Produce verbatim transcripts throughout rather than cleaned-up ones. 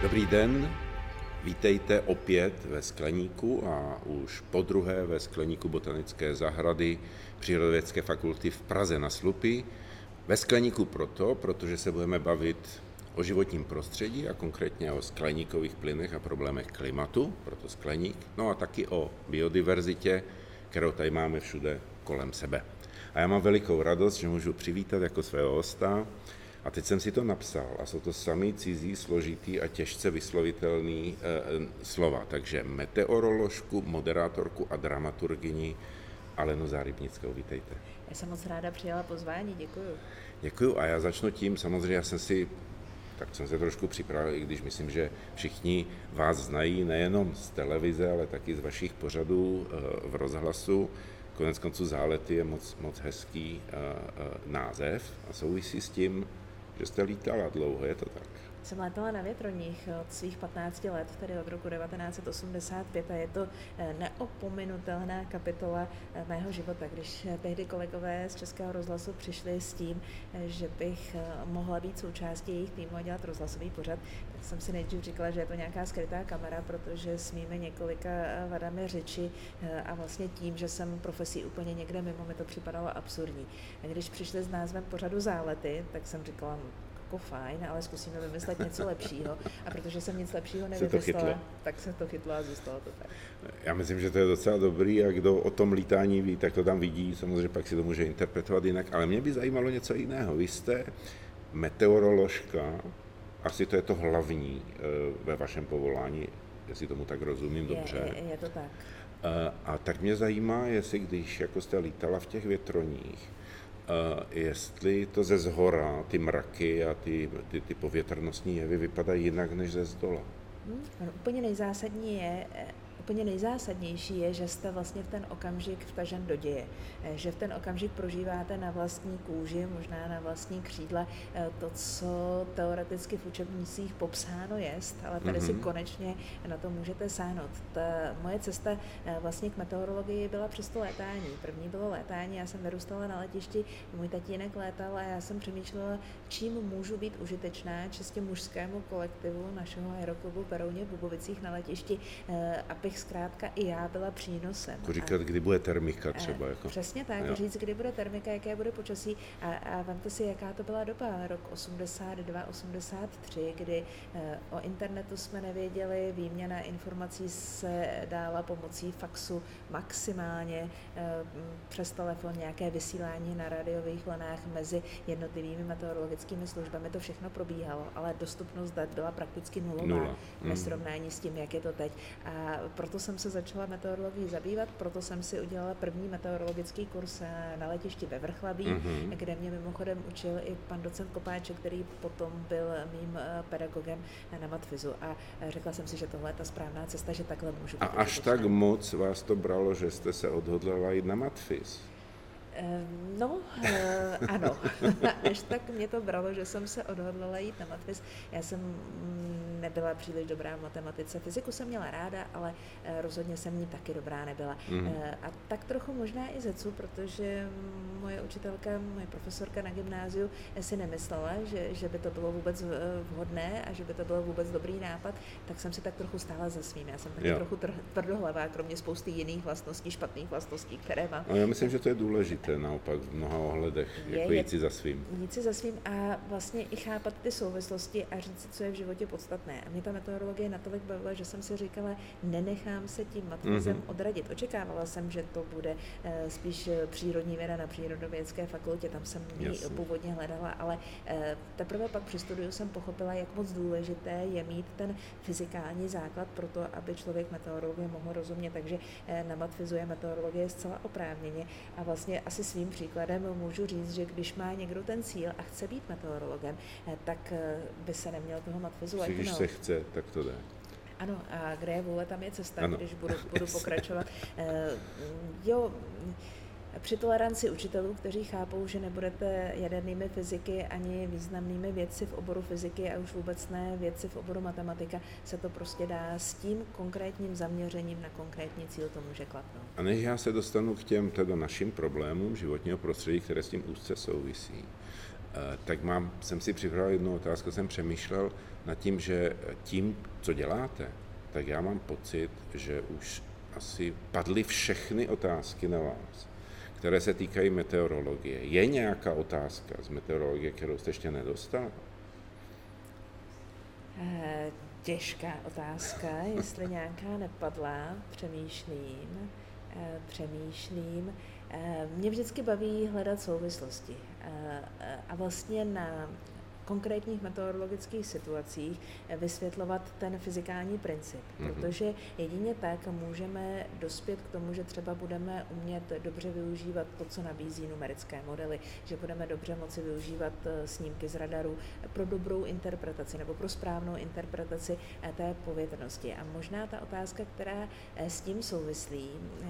Dobrý den, vítejte opět ve Skleníku a už podruhé ve Skleníku Botanické zahrady Přírodovědecké fakulty v Praze na Slupi. Ve Skleníku proto, protože se budeme bavit o životním prostředí a konkrétně o skleníkových plynech a problémech klimatu, proto skleník, no a taky o biodiverzitě, kterou tady máme všude kolem sebe. A já mám velikou radost, že můžu přivítat jako svého hosta. A teď jsem si to napsal a jsou to samý cizí, složitý a těžce vyslovitelný e, slova. Takže meteoroložku, moderátorku a dramaturgyni Alenu Zárybnickou, vítejte. Já jsem moc ráda přijala pozvání, děkuju. Děkuju a já začnu tím, samozřejmě já jsem si, tak jsem se trošku připravil, i když myslím, že všichni vás znají nejenom z televize, ale taky z vašich pořadů e, v rozhlasu. Konec konců Zálety je moc, moc hezký e, e, název a souvisí s tím, že jste lítala dlouho, je to tak? Jsem létala na větroních od svých patnácti let, tedy od roku devatenáct set osmdesát pět a je to neopominutelná kapitola mého života. Když tehdy kolegové z Českého rozhlasu přišli s tím, že bych mohla být součástí jejich týmu a dělat rozhlasový pořad, tak jsem si nejdřív říkala, že je to nějaká skrytá kamera, protože s mými několika vadami řeči a vlastně tím, že jsem profesí úplně někde mimo, mi to připadalo absurdní. A když přišli s názvem pořadu Zálety, tak jsem říkala, fajn, ale zkusíme vymyslet něco lepšího. A protože jsem nic lepšího nevymyslela, tak se to chytlo a zůstalo to tak. Já myslím, že to je docela dobrý a kdo o tom lítání ví, tak to tam vidí, samozřejmě pak si to může interpretovat jinak, ale mě by zajímalo něco jiného. Vy jste meteoroložka, asi to je to hlavní ve vašem povolání, jestli tomu tak rozumím dobře. Je, je, je to tak. A tak mě zajímá, jestli když jako jste lítala v těch větroních, Uh, jestli to ze zhora, ty mraky a ty, ty, ty povětrnostní jevy vypadají jinak než ze zdola. Hmm, úplně nejzásadní je, úplně nejzásadnější je, že jste vlastně v ten okamžik vtažen do děje. Že v ten okamžik prožíváte na vlastní kůži, možná na vlastní křídla to, co teoreticky v učebnicích popsáno jest, ale tady mm-hmm. si konečně na to můžete sáhnout. Ta moje cesta vlastně k meteorologii byla přes to létání. První bylo létání, já jsem vyrůstala na letišti, můj tatínek létal a já jsem přemýšlela, čím můžu být užitečná čistě mužskému kolektivu našeho aeroklubu Perouně v Bubovicích na letišti, abych zkrátka i já byla přínosem. Jako říkat, a, kdy bude termika třeba. Jako. Přesně tak, jo. Říct, kdy bude termika, jaké bude počasí a, a vemte si, jaká to byla doba, rok osmdesát dva osmdesát tři, kdy uh, o internetu jsme nevěděli, výměna informací se dála pomocí faxu maximálně uh, přes telefon, nějaké vysílání na rádiových vlnách mezi jednotlivými meteorologickými službami, to všechno probíhalo, ale dostupnost dat byla prakticky nulová Nula. ve mm. srovnání s tím, jak je to teď. A proto jsem se začala meteorologií zabývat, proto jsem si udělala první meteorologický kurz na letišti ve Vrchlabí, mm-hmm. kde mě mimochodem učil i pan docent Kopáček, který potom byl mým pedagogem na matfizu. A řekla jsem si, že tohle je ta správná cesta, že takhle můžu. A až tak moc vás to bralo, že jste se odhodlala jít na matfiz? No, ano. Až tak mě to bralo, že jsem se odhodlala jít na matfiz. Já jsem nebyla příliš dobrá v matematice. Fyziku jsem měla ráda, ale rozhodně jsem ní taky dobrá nebyla. Mm. A tak trochu možná i zecu, protože moje učitelka, moje profesorka na gymnáziu si nemyslela, že, že by to bylo vůbec vhodné a že by to byl vůbec dobrý nápad, tak jsem si tak trochu stála za svým. Já jsem taky jo. trochu tvrdohlavá, kromě spousty jiných vlastností, špatných vlastností, které mám. A já myslím, že to je důležité naopak v mnoha ohledech, je, jako jít si za svým. Jít si za svým a vlastně i chápat ty souvislosti a říct si, co je v životě podstatné. A mě ta meteorologie natolik bavila, že jsem si říkala, nenechám se tím matfizem mm-hmm. odradit. Očekávala jsem, že to bude uh, spíš přírodní věda na Přírodovědecké fakultě, tam jsem ji původně hledala, ale uh, teprve pak při studiu jsem pochopila, jak moc důležité je mít ten fyzikální základ pro to, aby člověk meteorologie mohl rozumět. Takže uh, na matfizu je meteorologie zcela oprávněně a vlastně asi svým příkladem můžu říct, že když má někdo ten cíl a chce být meteorologem, uh, tak uh, by se neměl toho matfizu lajknout. Když se chce, tak to jde. Ano, a kde je vůle, tam je cesta, ano. Když budu, budu pokračovat. Uh, jo, při toleranci učitelů, kteří chápou, že nebudete jadernými fyziky ani významnými vědci v oboru fyziky a už vůbec ne vědci v oboru matematika, se to prostě dá s tím konkrétním zaměřením na konkrétní cíl, to může klapnout. A než já se dostanu k těm teda našim problémům životního prostředí, které s tím úzce souvisí, tak mám, jsem si připravil jednu otázku, jsem přemýšlel nad tím, že tím, co děláte, tak já mám pocit, že už asi padly všechny otázky na vás, které se týkají meteorologie. Je nějaká otázka z meteorologie, kterou jste ještě nedostal? E, těžká otázka, jestli nějaká nepadla, přemýšlím, e, přemýšlím. E, mě vždycky baví hledat souvislosti e, a vlastně na konkrétních meteorologických situacích vysvětlovat ten fyzikální princip, mm-hmm. protože jedině tak můžeme dospět k tomu, že třeba budeme umět dobře využívat to, co nabízí numerické modely, že budeme dobře moci využívat snímky z radaru pro dobrou interpretaci nebo pro správnou interpretaci té povětrnosti. A možná ta otázka, která s tím souvislí,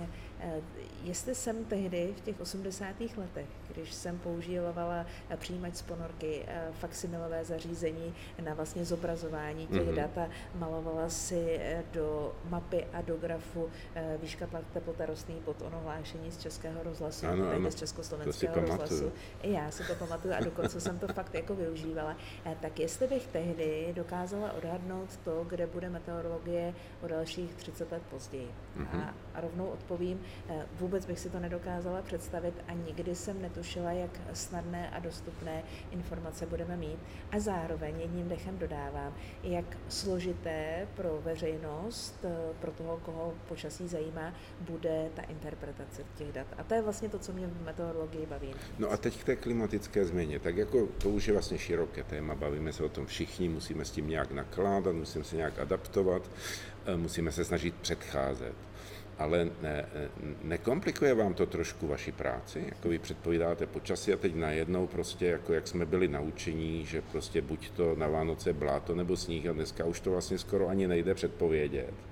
jestli jsem tehdy v těch osmdesátých letech, když jsem používala přijímač z ponorky, faksimilové zařízení na vlastně zobrazování těch mm-hmm. dat a malovala si do mapy a do grafu výška, tlak, teplota, rostný bod, ono hlášení z Českého rozhlasu, ano, ano, z Československého rozhlasu. I já si to pamatuju a dokonce jsem to fakt jako využívala. Tak jestli bych tehdy dokázala odhadnout to, kde bude meteorologie o dalších třicet let později. Mm-hmm. A, a rovnou odpovím, vůbec bych si to nedokázala představit a nikdy jsem netušila, jak snadné a dostupné informace budeme mít. A zároveň jedním dechem dodávám, jak složité pro veřejnost, pro toho, koho počasí zajímá, bude ta interpretace těch dat. A to je vlastně to, co mě v meteorologii baví. No a teď k té klimatické změně. Tak jako to už je vlastně široké téma, bavíme se o tom všichni, musíme s tím nějak nakládat, musíme se nějak adaptovat, musíme se snažit předcházet. Ale ne, nekomplikuje vám to trošku vaši práci? Jako vy předpovídáte počasí a teď najednou prostě, jako jak jsme byli naučení, že prostě buď to na Vánoce bláto nebo sníh a dneska už to vlastně skoro ani nejde předpovědět. E,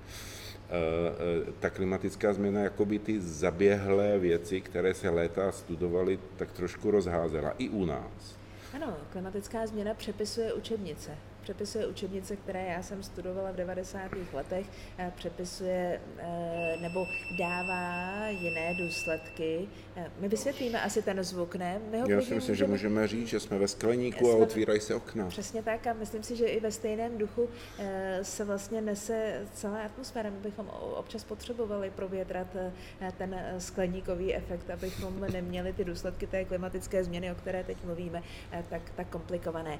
e, ta klimatická změna, jakoby ty zaběhlé věci, které se léta studovaly, tak trošku rozházela i u nás. Ano, klimatická změna přepisuje učebnice. Přepisuje učebnice, které já jsem studovala v devadesátých letech, přepisuje nebo dává jiné důsledky. My vysvětlíme asi ten zvuk, ne? My ho já si myslím, můžeme... že můžeme říct, že jsme ve skleníku jsme... a otvírají se okna. Přesně tak a myslím si, že i ve stejném duchu se vlastně nese celá atmosféra. My bychom občas potřebovali provětrat ten skleníkový efekt, abychom neměli ty důsledky té klimatické změny, o které teď mluvíme, tak, tak komplikované.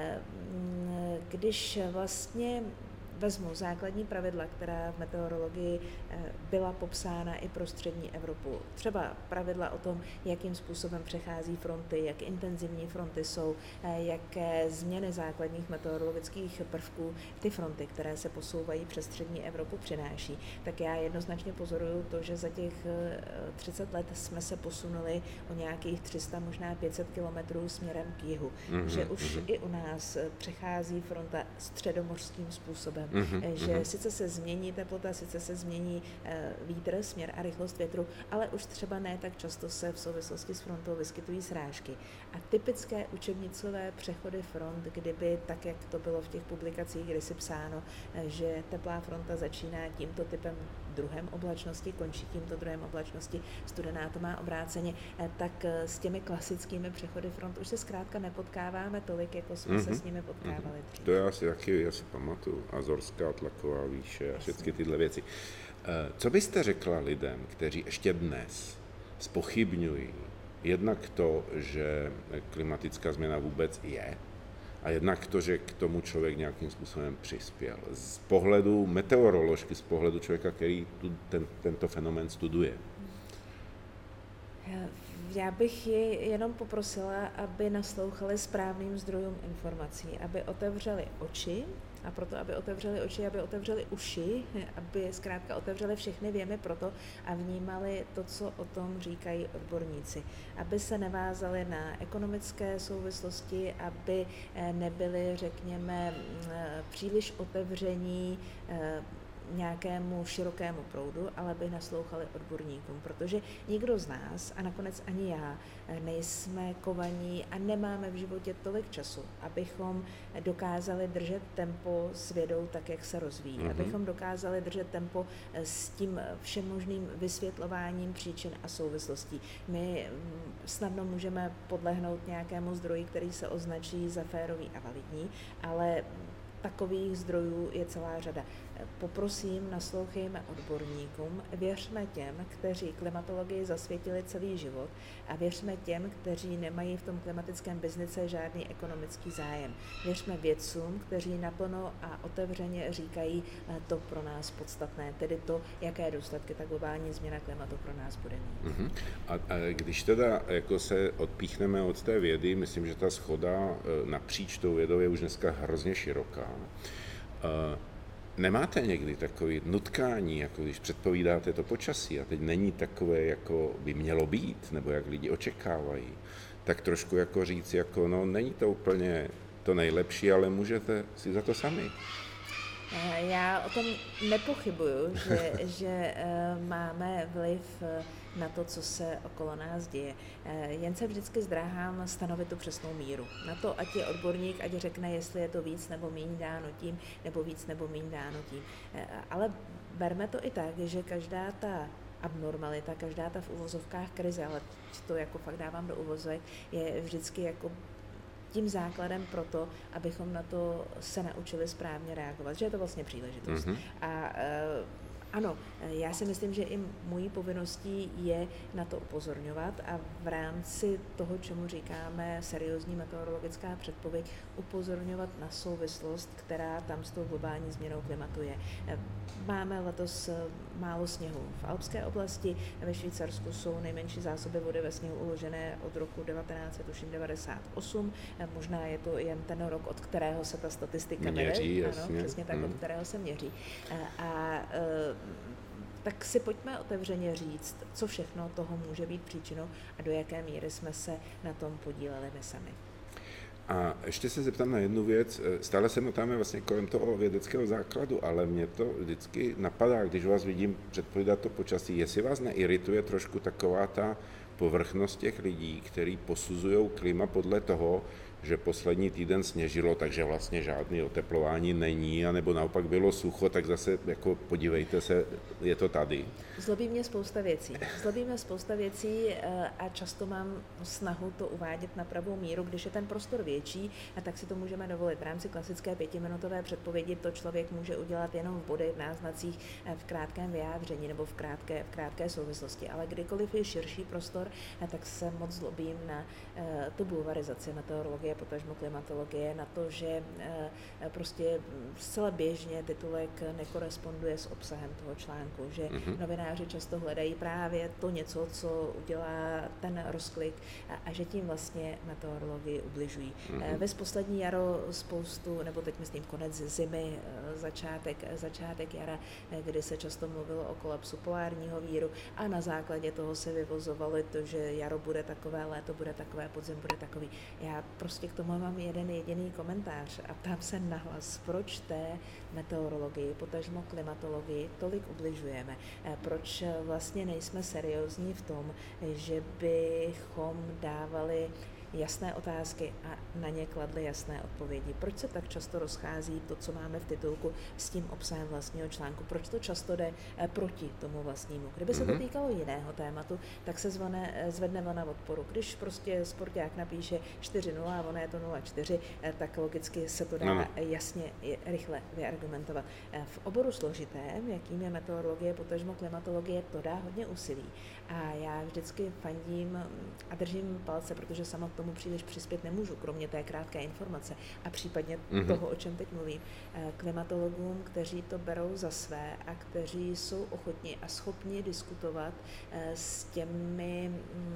Když vlastně vezmu základní pravidla, která v meteorologii byla popsána i pro střední Evropu. Třeba pravidla o tom, jakým způsobem přechází fronty, jak intenzivní fronty jsou, jaké změny základních meteorologických prvků ty fronty, které se posouvají přes střední Evropu, přináší. Tak já jednoznačně pozoruju to, že za těch třicet let jsme se posunuli o nějakých tři sta, možná pět set kilometrů směrem k jihu. Mm-hmm, že už mm-hmm. i u nás přechází fronta středomořským způsobem. Mm-hmm, že mm-hmm. sice se změní teplota, sice se změní e, vítr, směr a rychlost větru, ale už třeba ne tak často se v souvislosti s frontou vyskytují srážky. A typické učebnicové přechody front, kdyby, tak jak to bylo v těch publikacích kdysi psáno, e, že teplá fronta začíná tímto typem druhem oblačnosti, končí tímto druhem oblačnosti, studená to má obráceně, e, tak e, s těmi klasickými přechody front už se zkrátka nepotkáváme tolik, jako jsme mm-hmm. se s nimi potkávali dřív. To já si taky já si pamatuju. Azorská tlaková výše a všechny tyhle věci. Co byste řekla lidem, kteří ještě dnes zpochybňují jednak to, že klimatická změna vůbec je, a jednak to, že k tomu člověk nějakým způsobem přispěl? Z pohledu meteoroložky, z pohledu člověka, který tu, ten, tento fenomén studuje. Já bych ji jenom poprosila, aby naslouchali správným zdrojům informací, aby otevřeli oči, a proto, aby otevřeli oči, aby otevřeli uši, aby zkrátka otevřeli všechny věmy proto a vnímali to, co o tom říkají odborníci. Aby se nevázali na ekonomické souvislosti, aby nebyli, řekněme, příliš otevření nějakému širokému proudu, ale by naslouchali odborníkům, protože nikdo z nás, a nakonec ani já, nejsme kovaní a nemáme v životě tolik času, abychom dokázali držet tempo s vědou tak, jak se rozvíjí, mm-hmm. abychom dokázali držet tempo s tím všemožným vysvětlováním příčin a souvislostí. My snadno můžeme podlehnout nějakému zdroji, který se označí za férový a validní, ale takových zdrojů je celá řada. Poprosím, naslouchejme odborníkům, věřme těm, kteří klimatologii zasvětili celý život a věřme těm, kteří nemají v tom klimatickém biznice žádný ekonomický zájem. Věřme vědcům, kteří naplno a otevřeně říkají to pro nás podstatné, tedy to, jaké důsledky ta globální změna klimatu pro nás bude mít. Uh-huh. A, a když teda jako se odpíchneme od té vědy, myslím, že ta shoda napříč tou vědou je už dneska hrozně široká. Uh, Nemáte někdy takové nutkání, jako když předpovídáte to počasí a teď není takové, jako by mělo být, nebo jak lidi očekávají, tak trošku jako říct, jako no není to úplně to nejlepší, ale můžete si za to sami. Já o tom nepochybuju, že, že máme vliv na to, co se okolo nás děje. Jen se vždycky zdráhám stanovit tu přesnou míru. Na to, ať je odborník, ať řekne, jestli je to víc nebo míň dáno tím, nebo víc nebo míň dáno tím. Ale berme to i tak, že každá ta abnormalita, každá ta v uvozovkách krize, ale to jako fakt dávám do uvozovek, je vždycky jako tím základem pro to, abychom na to se naučili správně reagovat, že je to vlastně příležitost. Mm-hmm. A e, ano, já si myslím, že i mojí povinností je na to upozorňovat a v rámci toho, čemu říkáme seriózní meteorologická předpověď, upozorňovat na souvislost, která tam s tou globální změnou klimatu je. Máme letos málo sněhu v alpské oblasti, ve Švýcarsku jsou nejmenší zásoby vody ve sněhu uložené od roku devatenáct devadesát osm, možná je to jen ten rok, od kterého se ta statistika měří, ano, přesně tak, hmm. od kterého se měří. A, a tak si pojďme otevřeně říct, co všechno toho může být příčinou a do jaké míry jsme se na tom podíleli my sami. A ještě se zeptám na jednu věc. Stále se motáme vlastně kolem toho vědeckého základu, ale mě to vždycky napadá, když vás vidím předpovídat to počasí, jestli vás neirituje trošku taková ta povrchnost těch lidí, kteří posuzují klima podle toho, že poslední týden sněžilo, takže vlastně žádné oteplování není, anebo naopak bylo sucho, tak zase jako podívejte se, je to tady. Zlobí mě spousta věcí. Zlobí mě spousta věcí a často mám snahu to uvádět na pravou míru, když je ten prostor větší, a tak si to můžeme dovolit. V rámci klasické pětiminutové předpovědi to člověk může udělat jenom v bodech, v náznacích, v krátkém vyjádření nebo v krátké, v krátké souvislosti. Ale kdykoliv je širší prostor, tak se moc zlobím na tu bulvarizaci meteorologie, potažmo klimatologie, na to, že prostě zcela běžně titulek nekoresponduje s obsahem toho článku, že mm-hmm. novináři často hledají právě to něco, co udělá ten rozklik a, a že tím vlastně meteorologii ubližují. Mm-hmm. Ves poslední jaro spoustu, nebo teď myslím konec zimy, začátek, začátek jara, kdy se často mluvilo o kolapsu polárního víru a na základě toho se vyvozovalo to, že jaro bude takové, léto bude takové, podzim bude takový. Já prostě k tomu mám jeden jediný komentář a ptám se nahlas, proč té meteorologii, potažmo klimatologii tolik ubližujeme, proč vlastně nejsme seriózní v tom, že bychom dávali jasné otázky a na ně kladly jasné odpovědi. Proč se tak často rozchází to, co máme v titulku, s tím obsahem vlastního článku? Proč to často jde proti tomu vlastnímu? Kdyby se to týkalo jiného tématu, tak se zvane, zvedne vlna odporu. Když prostě sporták napíše čtyři nula a ono je to nula čtyři, tak logicky se to dá no. jasně, rychle vyargumentovat. V oboru složitém, jakým je meteorologie, potažmo klimatologie, to dá hodně úsilí. A já vždycky fandím a držím palce, protože sama k tomu příliš přispět nemůžu, kromě té krátké informace a případně mm-hmm. toho, o čem teď mluvím, klimatologům, kteří to berou za své a kteří jsou ochotni a schopni diskutovat s těmi,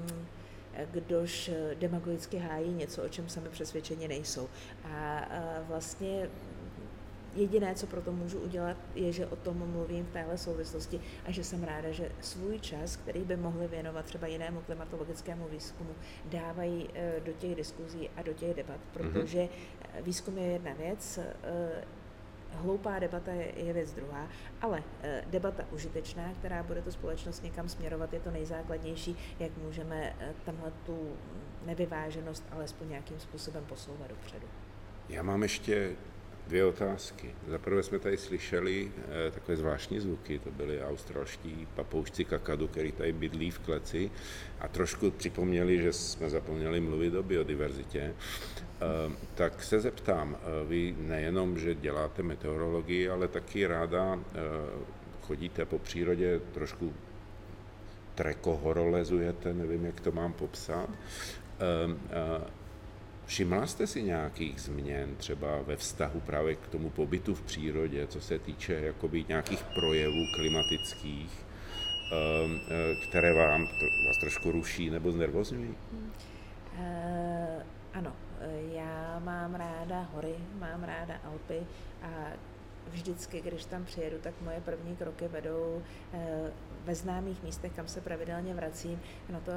kdož demagogicky hájí něco, o čem sami přesvědčeni nejsou. A vlastně jediné, co pro to můžu udělat, je, že o tom mluvím v téhle souvislosti a že jsem ráda, že svůj čas, který by mohli věnovat třeba jinému klimatologickému výzkumu, dávají do těch diskuzí a do těch debat, protože výzkum je jedna věc, hloupá debata je, je věc druhá, ale debata užitečná, která bude tu společnost někam směrovat, je to nejzákladnější, jak můžeme tamhle tu nevyváženost alespoň nějakým způsobem posouvat dopředu. Já mám ještě dvě otázky. Za prvé jsme tady slyšeli eh, takové zvláštní zvuky, to byli australští papoušci kakadu, který tady bydlí v kleci a trošku připomněli, že jsme zapomněli mluvit o biodiverzitě. Eh, tak se zeptám, eh, vy nejenom, že děláte meteorologii, ale taky ráda eh, chodíte po přírodě, trošku trekohorolezujete, nevím, jak to mám popsat. Eh, eh, Všimla jste si nějakých změn třeba ve vztahu právě k tomu pobytu v přírodě, co se týče jakoby nějakých projevů klimatických, které vám, vás trošku ruší nebo znervozňují? Hmm. Uh, ano, já mám ráda hory, mám ráda Alpy a vždycky, když tam přijedu, tak moje první kroky vedou ve známých místech, kam se pravidelně vracím, na to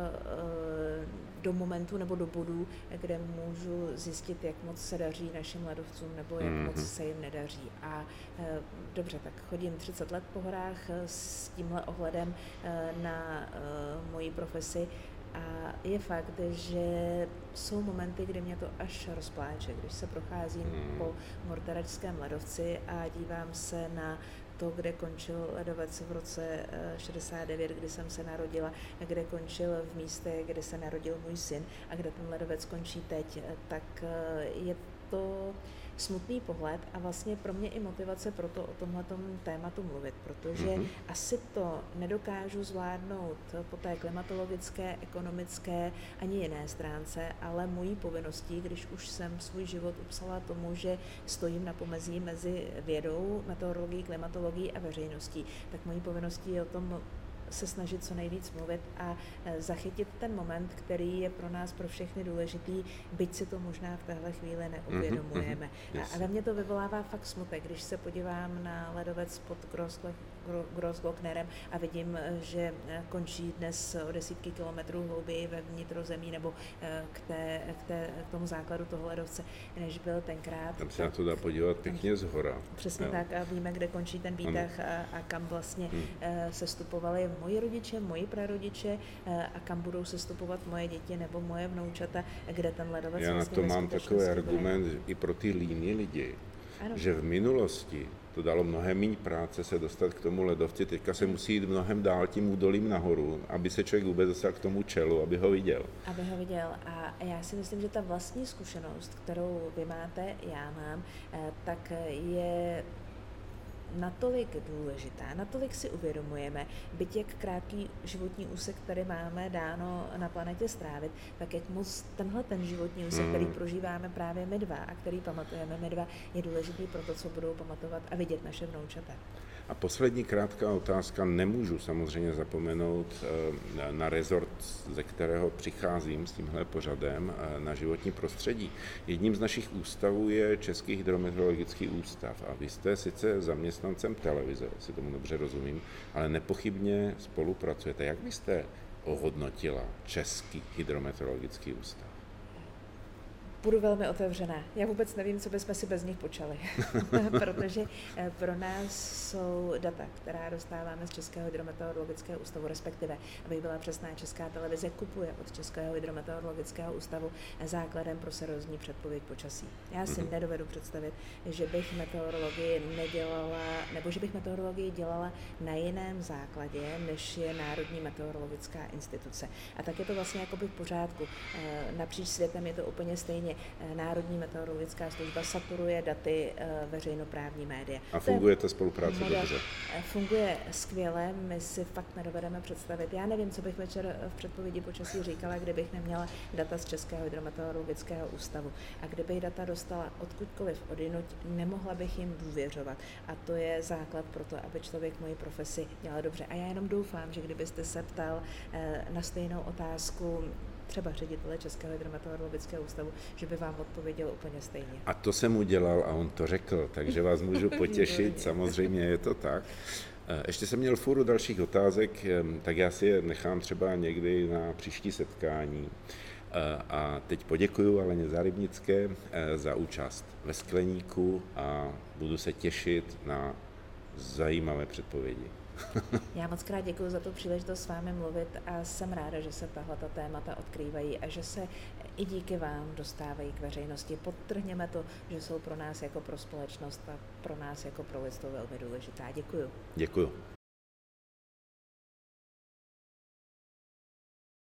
do momentu nebo do bodu, kde můžu zjistit, jak moc se daří našim ledovcům nebo jak mm-hmm. moc se jim nedaří. A dobře, tak chodím třicet let po horách s tímhle ohledem na moji profesi. A je fakt, že jsou momenty, kdy mě to až rozpláče, když se procházím hmm. po Mortaračském ledovci a dívám se na to, kde končil ledovec v roce šedesát devět, kdy jsem se narodila, kde končil v místě, kde se narodil můj syn a kde ten ledovec končí teď, tak je to smutný pohled a vlastně pro mě i motivace pro to o tomhletom tématu mluvit, protože mm-hmm. asi to nedokážu zvládnout po té klimatologické, ekonomické ani jiné stránce, ale mojí povinností, když už jsem svůj život upsala tomu, že stojím na pomezí mezi vědou, meteorologií, klimatologií a veřejností, tak mojí povinností je o tom se snažit co nejvíc mluvit a zachytit ten moment, který je pro nás, pro všechny důležitý, byť si to možná v téhle chvíli neuvědomujeme. Mm-hmm, yes. A ve mně to vyvolává fakt smutek, když se podívám na ledovec pod Grossglocknerem a vidím, že končí dnes o desítky kilometrů hlouběji ve vnitrozemí nebo k, té, k, té, k tomu základu toho ledovce, než byl tenkrát. Tam se na to dá podívat pěkně zhora. Přesně jo. tak a víme, kde končí ten výtah a, a kam vlastně hmm. sestupovali moji rodiče, moji prarodiče a kam budou sestupovat moje děti nebo moje vnoučata, kde ten ledovec Já vlastně na to mám takový argument bude. I pro ty líní lidi, ano. že v minulosti to dalo mnohem méně práce se dostat k tomu ledovci, teďka se musí jít mnohem dál tím údolím nahoru, aby se člověk vůbec dostal k tomu čelu, aby ho viděl. Aby ho viděl a já si myslím, že ta vlastní zkušenost, kterou vy máte, já mám, tak je natolik důležitá, natolik si uvědomujeme, byť jak krátký životní úsek tady máme dáno na planetě strávit, tak jak moc tenhle ten životní úsek, mm. který prožíváme právě my dva a který pamatujeme my dva, je důležitý pro to, co budou pamatovat a vidět naše vnoučata. A poslední krátká otázka, nemůžu samozřejmě zapomenout na rezort, ze kterého přicházím s tímhle pořadem, na životní prostředí. Jedním z našich ústavů je Český hydrometeorologický ústav a vy jste sice zaměstnancem televize, si tomu dobře rozumím, ale nepochybně spolupracujete. Jak byste ohodnotila Český hydrometeorologický ústav? Budu velmi otevřená. Já vůbec nevím, co bychom si bez nich počali, protože pro nás jsou data, která dostáváme z Českého hydrometeorologického ústavu, respektive, abych byla přesná, Česká televize kupuje od Českého hydrometeorologického ústavu základem pro seriózní předpověď počasí. Já si nedovedu představit, že bych meteorologii nedělala, nebo že bych meteorologii dělala na jiném základě, než je Národní meteorologická instituce. A tak je to vlastně jakoby v pořádku. Napříč světem je to úplně stejně. Národní meteorologická služba saturuje daty veřejnoprávní média. A funguje ta spolupráce dobře? Funguje skvěle, my si fakt nedovedeme představit. Já nevím, co bych večer v předpovědi počasí říkala, kdybych neměla data z Českého hydrometeorologického ústavu. A kdybych data dostala odkudkoliv odjinuť, nemohla bych jim důvěřovat. A to je základ pro to, aby člověk moji profesi dělal dobře. A já jenom doufám, že kdybyste se ptal na stejnou otázku třeba ředitele Českého hydrometeorologického ústavu, že by vám odpověděl úplně stejně. A to jsem udělal a on to řekl, takže vás můžu potěšit, samozřejmě je to tak. Ještě jsem měl fůru dalších otázek, tak já si je nechám třeba někdy na příští setkání. A teď poděkuji Aleně Zárybnické za účast ve Skleníku a budu se těšit na zajímavé předpovědi. Já moc krát děkuji za tu příležitost s vámi mluvit a jsem ráda, že se tahleta témata odkrývají a že se i díky vám dostávají k veřejnosti. Podtrhněme to, že jsou pro nás jako pro společnost a pro nás jako pro lidstvo velmi důležitá. Děkuji. Děkuji.